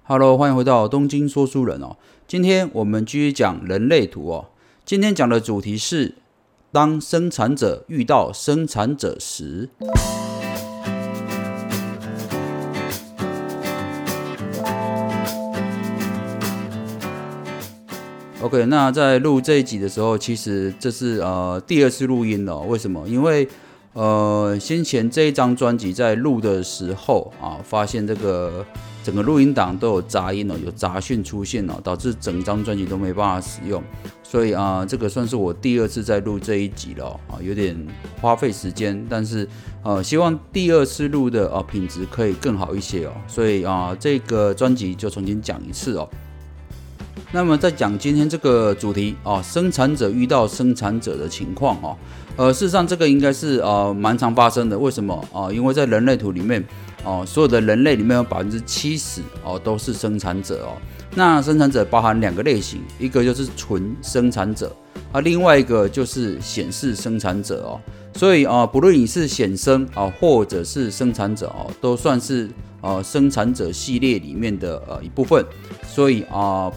Hello， 欢迎回到东京说书人哦。今天我们继续讲人类图哦。今天讲的主题是当生产者遇到生产者时。OK， 那在录这一集的时候，其实这是第二次录音了。为什么？因为先前这一张专辑在录的时候啊，发现这个整个录音档都有杂音有杂讯出现导致整张专辑都没办法使用。所以这个算是我第二次在录这一集了有点花费时间，但是希望第二次录的品质可以更好一些所以这个专辑就重新讲一次那么在讲今天这个主题生产者遇到生产者的情况事实上这个应该是蛮常发生的。为什么因为在人类图里面所有的人类里面有70%都是生产者那生产者包含两个类型，一个就是纯生产者另外一个就是显示生产者所以不论你是显生或者是生产者都算是生产者系列里面的一部分。所以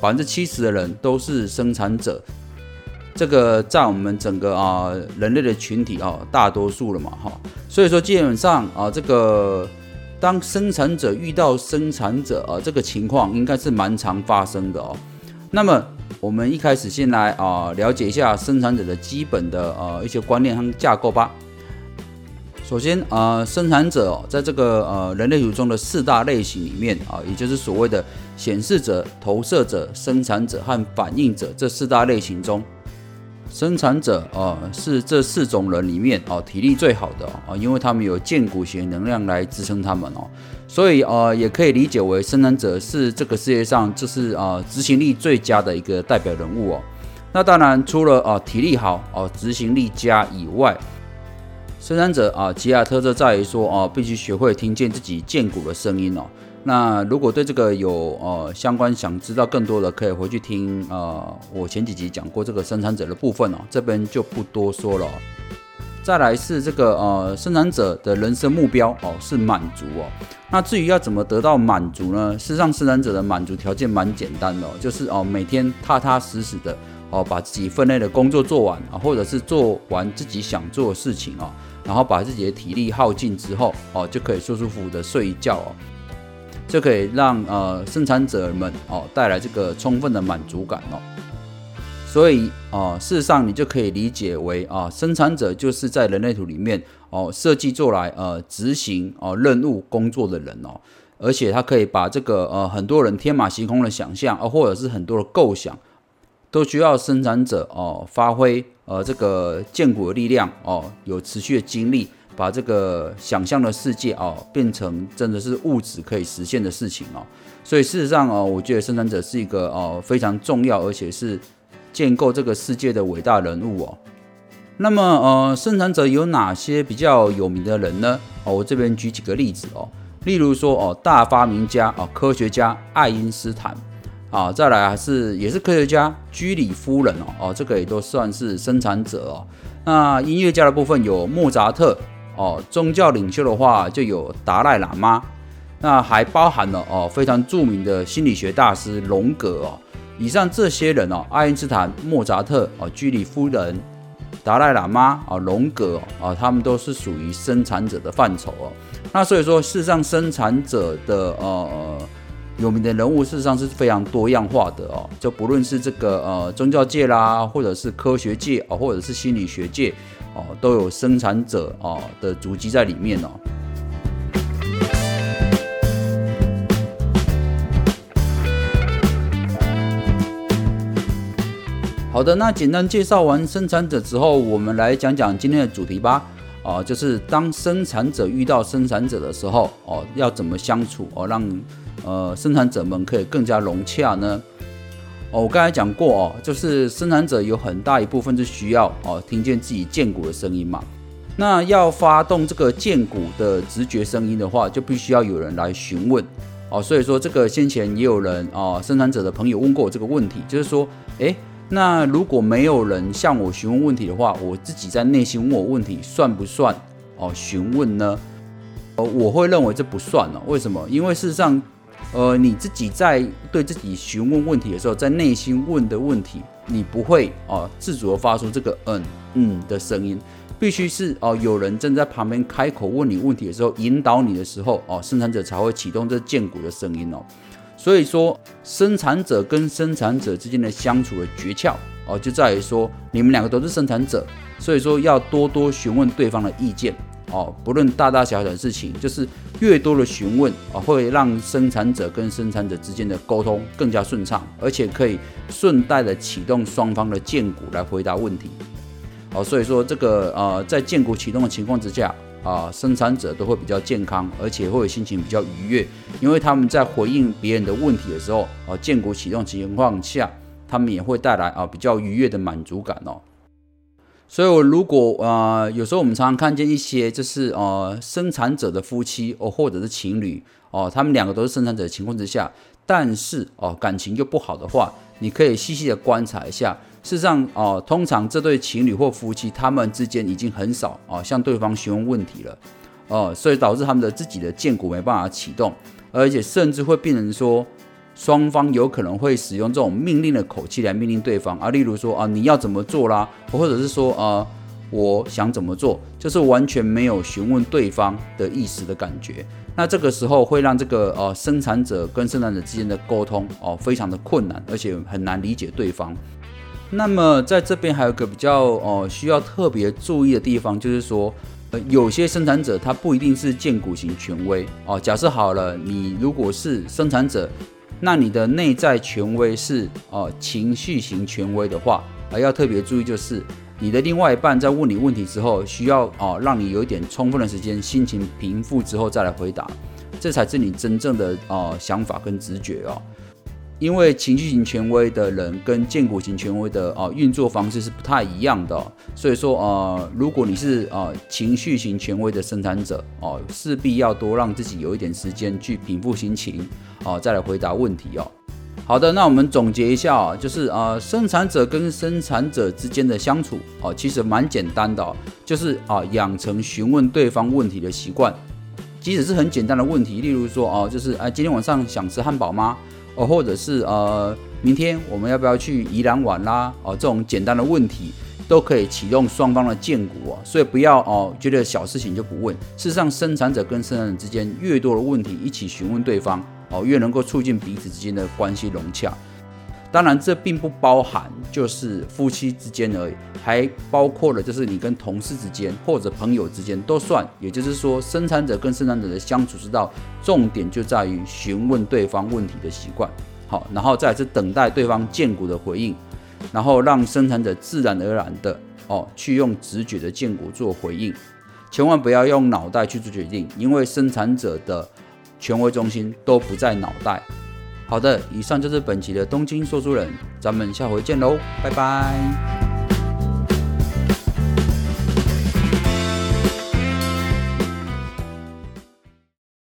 70%的人都是生产者，这个占我们整个人类的群体大多数了嘛所以说基本上这个当生产者遇到生产者这个情况应该是蛮常发生的那么我们一开始先来了解一下生产者的基本的一些观念和架构吧。首先生产者在这个人类图中的4大类型里面也就是所谓的显示者、投射者、生产者和反应者这4大类型中，生产者是这4种人里面体力最好的因为他们有剑骨型能量来支撑他们所以也可以理解为生产者是这个世界上就是执行力最佳的一个代表人物那当然除了体力好执行力佳以外，生产者其他特色在于说必须学会听见自己剑骨的声音那如果对这个有相关想知道更多的，可以回去听我前几集讲过这个生产者的部分这边就不多说了再来是这个生产者的人生目标是满足那至于要怎么得到满足呢？事实上生产者的满足条件蛮简单的就是每天踏踏实实的把自己分内的工作做完或者是做完自己想做的事情然后把自己的体力耗尽之后就可以舒舒服服的睡一觉就可以让生产者们带来这个充分的满足感所以事实上你就可以理解为生产者就是在人类图里面设计做来执行任务工作的人而且他可以把这个很多人天马行空的想象或者是很多的构想都需要生产者发挥这个剑骨的力量有持续的精力，把这个想象的世界变成真的是物质可以实现的事情所以事实上我觉得生产者是一个非常重要而且是建构这个世界的伟大人物那么生产者有哪些比较有名的人呢我这边举几个例子例如说大发明家科学家爱因斯坦再来也是科学家居里夫人这个也都算是生产者那音乐家的部分有莫扎特宗教领袖的话就有达赖喇嘛，那还包含了非常著名的心理学大师荣格以上这些人爱因斯坦、莫扎特居里夫人、达赖喇嘛荣格他们都是属于生产者的范畴那所以说事实上生产者的有名的人物事实上是非常多样化的就不论是这个宗教界啦，或者是科学界或者是心理学界都有生产者的足迹在里面好的，那简单介绍完生产者之后，我们来讲讲今天的主题吧就是当生产者遇到生产者的时候要怎么相处让生产者们可以更加融洽呢我刚才讲过就是生产者有很大一部分是需要听见自己剑骨的声音嘛。那要发动这个剑骨的直觉声音的话，就必须要有人来询问所以说这个先前也有人生产者的朋友问过我这个问题，就是说那如果没有人向我询问问题的话，我自己在内心问我问题算不算询问呢？我会认为这不算为什么？因为事实上你自己在对自己询问问题的时候，在内心问的问题，你不会自主的发出这个的声音，必须是有人正在旁边开口问你问题的时候，引导你的时候生产者才会启动这荐股的声音所以说，生产者跟生产者之间的相处的诀窍就在于说，你们两个都是生产者，所以说要多多询问对方的意见不论大大小小的事情，就是越多的询问会让生产者跟生产者之间的沟通更加顺畅，而且可以顺带的启动双方的荐股来回答问题所以说这个在荐股启动的情况之下生产者都会比较健康，而且会心情比较愉悦，因为他们在回应别人的问题的时候荐股启动情况下，他们也会带来比较愉悦的满足感所以如果有时候我们常常看见一些就是生产者的夫妻或者是情侣他们两个都是生产者的情况之下，但是感情又不好的话，你可以细细的观察一下。事实上通常这对情侣或夫妻他们之间已经很少向对方询问问题了所以导致他们的自己的荐股没办法启动，而且甚至会变成说双方有可能会使用这种命令的口气来命令对方例如说你要怎么做啦，或者是说我想怎么做，就是完全没有询问对方的意思的感觉。那这个时候会让这个生产者跟生产者之间的沟通非常的困难，而且很难理解对方。那么在这边还有一个比较需要特别注意的地方，就是说有些生产者他不一定是荐股型权威假设好了，你如果是生产者，那你的内在权威是情绪型权威的话要特别注意，就是你的另外一半在问你问题之后，需要让你有一点充分的时间，心情平复之后再来回答，这才是你真正的想法跟直觉因为情绪型权威的人跟荐股型权威的运作方式是不太一样的所以说如果你是情绪型权威的生产者势必要多让自己有一点时间去平复心情再来回答问题好的，那我们总结一下就是生产者跟生产者之间的相处其实蛮简单的就是养成询问对方问题的习惯，即使是很简单的问题，例如说就是今天晚上想吃汉堡吗？或者是明天我们要不要去宜兰玩啦？这种简单的问题都可以启动双方的荐股所以不要觉得小事情就不问。事实上，生产者跟生产者之间越多的问题一起询问对方越能够促进彼此之间的关系融洽。当然，这并不包含就是夫妻之间而已，还包括了就是你跟同事之间或者朋友之间都算。也就是说，生产者跟生产者的相处之道，重点就在于询问对方问题的习惯。好，然后再来是等待对方荐股的回应，然后让生产者自然而然的去用直觉的荐股做回应，千万不要用脑袋去做决定，因为生产者的权威中心都不在脑袋。好的，以上就是本期的东京说书人，咱们下回见喽，拜拜。